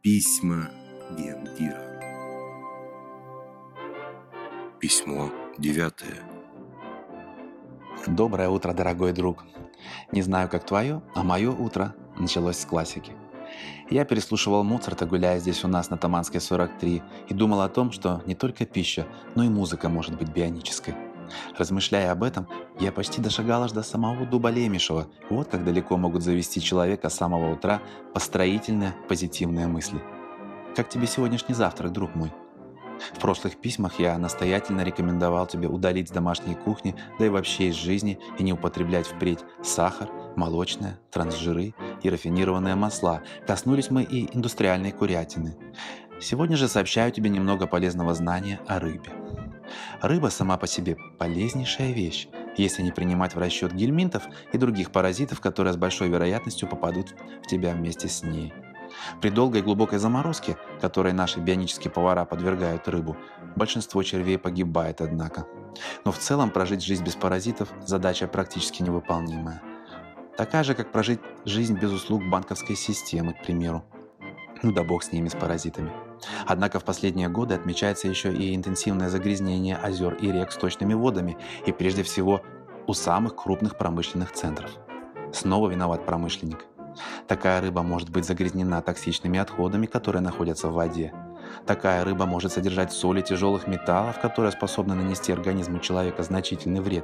Письма Гендира. Письмо 9. Доброе утро, дорогой друг. Не знаю, как твое, а мое утро началось с классики. Я переслушивал Моцарта, гуляя здесь у нас на Таманской 43, и думал о том, что не только пища, но и музыка может быть бионической. Размышляя об этом, я почти дошагал аж до самого дуба Лемешева. Вот как далеко могут завести человека с самого утра построительные, позитивные мысли. Как тебе сегодняшний завтрак, друг мой? В прошлых письмах я настоятельно рекомендовал тебе удалить с домашней кухни, да и вообще из жизни, и не употреблять впредь сахар, молочное, трансжиры и рафинированные масла. Коснулись мы и индустриальной курятины. Сегодня же сообщаю тебе немного полезного знания о рыбе. Рыба сама по себе полезнейшая вещь, если не принимать в расчет гельминтов и других паразитов, которые с большой вероятностью попадут в тебя вместе с ней. При долгой глубокой заморозке, которой наши бионические повара подвергают рыбу, большинство червей погибает, однако. Но в целом прожить жизнь без паразитов – задача практически невыполнимая. Такая же, как прожить жизнь без услуг банковской системы, к примеру. Ну да бог с ними, с паразитами. Однако в последние годы отмечается еще и интенсивное загрязнение озер и рек сточными водами, и прежде всего у самых крупных промышленных центров. Снова виноват промышленник. Такая рыба может быть загрязнена токсичными отходами, которые находятся в воде. Такая рыба может содержать соли тяжелых металлов, которые способны нанести организму человека значительный вред.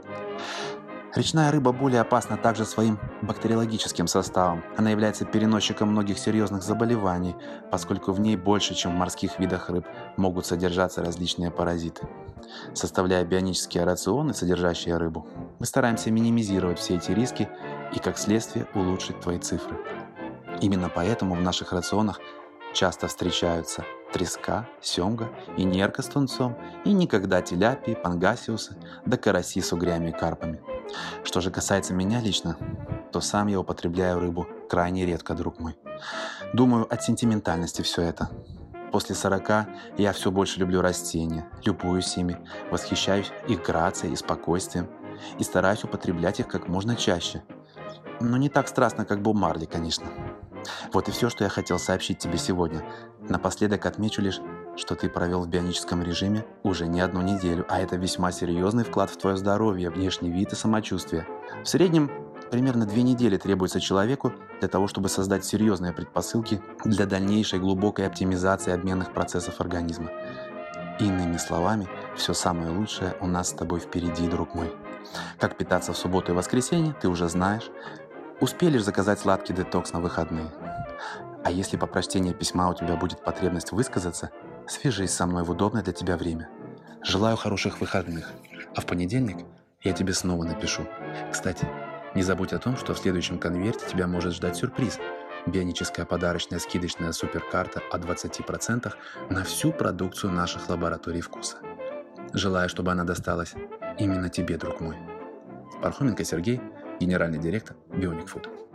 Речная рыба более опасна также своим бактериологическим составом. Она является переносчиком многих серьезных заболеваний, поскольку в ней больше, чем в морских видах рыб, могут содержаться различные паразиты. Составляя бионические рационы, содержащие рыбу, мы стараемся минимизировать все эти риски и, как следствие, улучшить твои цифры. Именно поэтому в наших рационах часто встречаются треска, семга, инерка с тунцом и никогда теляпии, пангасиусы, да караси с угрями и карпами. Что же касается меня лично, то сам я употребляю рыбу крайне редко, друг мой. Думаю, от сентиментальности все это. После 40 я все больше люблю растения, любуюсь ими, восхищаюсь их грацией и спокойствием и стараюсь употреблять их как можно чаще. Но не так страстно, как Боб Марли, конечно. Вот и все, что я хотел сообщить тебе сегодня. Напоследок отмечу лишь, что ты провел в бионическом режиме уже не одну неделю, а это весьма серьезный вклад в твое здоровье, внешний вид и самочувствие. В среднем примерно 2 недели требуется человеку для того, чтобы создать серьезные предпосылки для дальнейшей глубокой оптимизации обменных процессов организма. Иными словами, все самое лучшее у нас с тобой впереди, друг мой. Как питаться в субботу и воскресенье, ты уже знаешь. Успей лишь заказать сладкий детокс на выходные. А если по прочтении письма у тебя будет потребность высказаться, свяжись со мной в удобное для тебя время. Желаю хороших выходных, а в понедельник я тебе снова напишу. Кстати, не забудь о том, что в следующем конверте тебя может ждать сюрприз. Бионическая подарочная скидочная суперкарта от 20% на всю продукцию наших лабораторий вкуса. Желаю, чтобы она досталась именно тебе, друг мой. Пархоменко Сергей, генеральный директор Bionic Food.